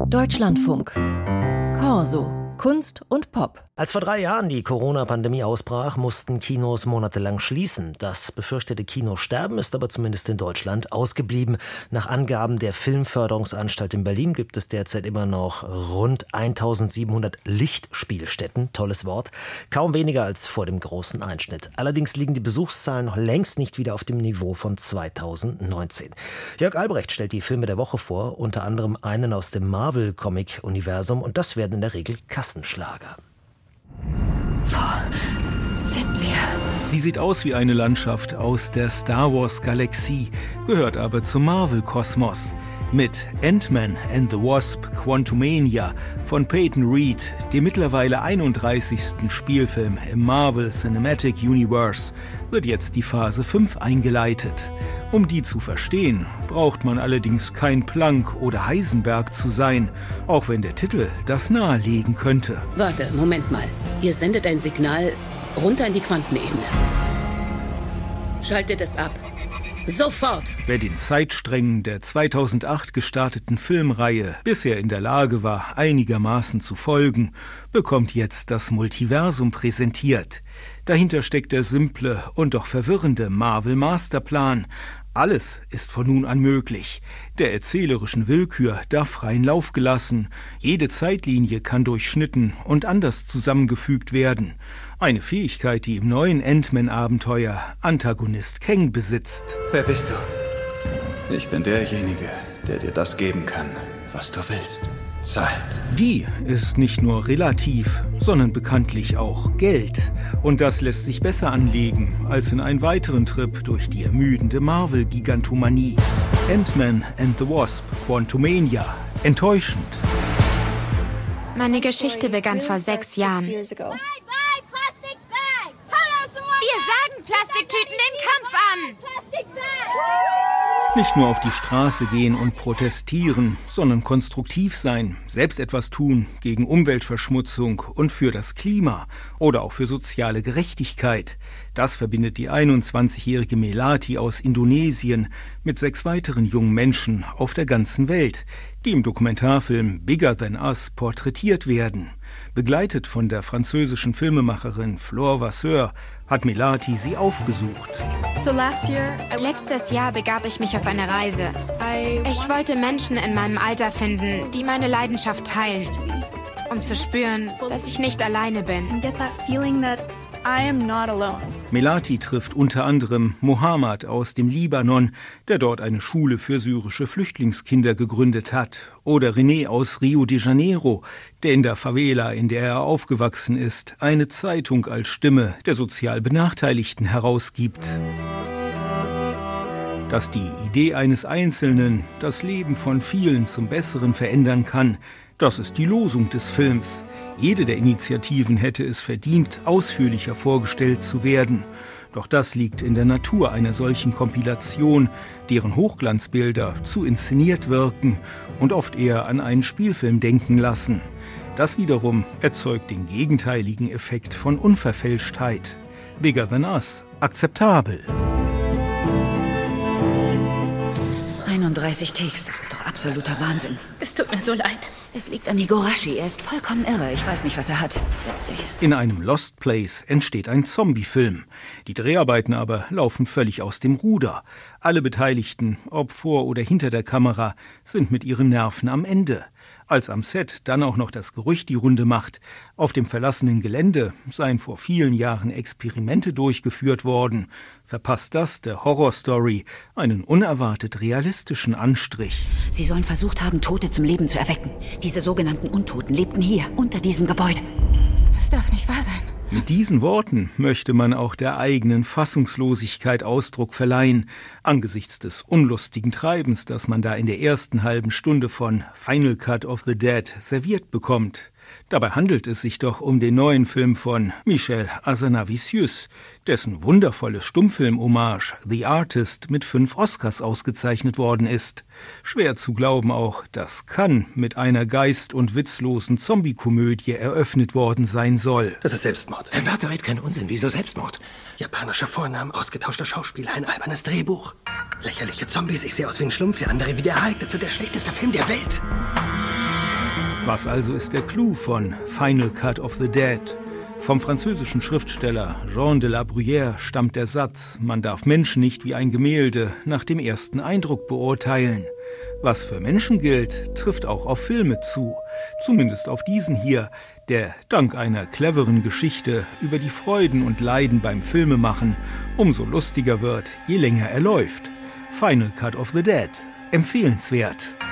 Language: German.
Deutschlandfunk. Corso. Kunst und Pop. Als vor 3 Jahren die Corona-Pandemie ausbrach, mussten Kinos monatelang schließen. Das befürchtete Kinosterben ist aber zumindest in Deutschland ausgeblieben. Nach Angaben der Filmförderungsanstalt in Berlin gibt es derzeit immer noch rund 1700 Lichtspielstätten. Tolles Wort. Kaum weniger als vor dem großen Einschnitt. Allerdings liegen die Besuchszahlen noch längst nicht wieder auf dem Niveau von 2019. Jörg Albrecht stellt die Filme der Woche vor, unter anderem einen aus dem Marvel-Comic-Universum, und das werden in der Regel Kassenschlager. Wo sind wir? Sie sieht aus wie eine Landschaft aus der Star Wars Galaxie, gehört aber zum Marvel-Kosmos. Mit Ant-Man and the Wasp: Quantumania von Peyton Reed, dem mittlerweile 31. Spielfilm im Marvel Cinematic Universe, wird jetzt die Phase 5 eingeleitet. Um die zu verstehen, braucht man allerdings kein Planck oder Heisenberg zu sein, auch wenn der Titel das nahelegen könnte. Warte, Moment mal. Hier sendet ein Signal runter in die Quantenebene. Schaltet es ab. Sofort! Wer den Zeitsträngen der 2008 gestarteten Filmreihe bisher in der Lage war, einigermaßen zu folgen, bekommt jetzt das Multiversum präsentiert. Dahinter steckt der simple und doch verwirrende Marvel-Masterplan. Alles ist von nun an möglich. Der erzählerischen Willkür darf freien Lauf gelassen. Jede Zeitlinie kann durchschnitten und anders zusammengefügt werden. Eine Fähigkeit, die im neuen Ant-Man-Abenteuer Antagonist Kang besitzt. Wer bist du? Ich bin derjenige, der dir das geben kann, was du willst. Zeit. Die ist nicht nur relativ, sondern bekanntlich auch Geld. Und das lässt sich besser anlegen als in einen weiteren Trip durch die ermüdende Marvel-Gigantomanie. Ant-Man and the Wasp: Quantumania. Enttäuschend. Meine Geschichte begann vor 6 Jahren. Wir sagen Plastiktüten den Kampf an! Nicht nur auf die Straße gehen und protestieren, sondern konstruktiv sein, selbst etwas tun gegen Umweltverschmutzung und für das Klima oder auch für soziale Gerechtigkeit. Das verbindet die 21-jährige Melati aus Indonesien mit 6 weiteren jungen Menschen auf der ganzen Welt, die im Dokumentarfilm Bigger Than Us porträtiert werden. Begleitet von der französischen Filmemacherin Flore Vasseur hat Melati sie aufgesucht. Letztes Jahr begab ich mich auf eine Reise. Ich wollte Menschen in meinem Alter finden, die meine Leidenschaft teilen, um zu spüren, dass ich nicht alleine bin. Melati trifft unter anderem Mohammed aus dem Libanon, der dort eine Schule für syrische Flüchtlingskinder gegründet hat. Oder René aus Rio de Janeiro, der in der Favela, in der er aufgewachsen ist, eine Zeitung als Stimme der sozial Benachteiligten herausgibt. Dass die Idee eines Einzelnen das Leben von vielen zum Besseren verändern kann, das ist die Losung des Films. Jede der Initiativen hätte es verdient, ausführlicher vorgestellt zu werden. Doch das liegt in der Natur einer solchen Kompilation, deren Hochglanzbilder zu inszeniert wirken und oft eher an einen Spielfilm denken lassen. Das wiederum erzeugt den gegenteiligen Effekt von Unverfälschtheit. Bigger Than Us, akzeptabel. 31 Takes, das ist doch absoluter Wahnsinn. Es tut mir so leid. Es liegt an Higurashi, er ist vollkommen irre. Ich weiß nicht, was er hat. Setz dich. In einem Lost Place entsteht ein Zombie-Film. Die Dreharbeiten aber laufen völlig aus dem Ruder. Alle Beteiligten, ob vor oder hinter der Kamera, sind mit ihren Nerven am Ende. Als am Set dann auch noch das Gerücht die Runde macht, auf dem verlassenen Gelände seien vor vielen Jahren Experimente durchgeführt worden, verpasst das der Horrorstory einen unerwartet realistischen Anstrich. Sie sollen versucht haben, Tote zum Leben zu erwecken. Diese sogenannten Untoten lebten hier, unter diesem Gebäude. Das darf nicht wahr sein. Mit diesen Worten möchte man auch der eigenen Fassungslosigkeit Ausdruck verleihen, angesichts des unlustigen Treibens, das man da in der ersten halben Stunde von Final Cut of the Dead serviert bekommt. Dabei handelt es sich doch um den neuen Film von Michel Hazanavicius, dessen wundervolle Stummfilm-Hommage The Artist mit 5 Oscars ausgezeichnet worden ist. Schwer zu glauben auch, dass Cannes mit einer geist- und witzlosen Zombie-Komödie eröffnet worden sein soll. Das ist Selbstmord. Ein Wörter redet keinen Unsinn. Wieso Selbstmord? Japanischer Vornamen, ausgetauschter Schauspieler, ein albernes Drehbuch. Lächerliche Zombies, ich sehe aus wie ein Schlumpf, der andere wie der Hulk. Das wird der schlechteste Film der Welt. Was also ist der Clou von Final Cut of the Dead? Vom französischen Schriftsteller Jean de la Bruyère stammt der Satz, man darf Menschen nicht wie ein Gemälde nach dem ersten Eindruck beurteilen. Was für Menschen gilt, trifft auch auf Filme zu. Zumindest auf diesen hier, der dank einer cleveren Geschichte über die Freuden und Leiden beim Filmemachen umso lustiger wird, je länger er läuft. Final Cut of the Dead. Empfehlenswert.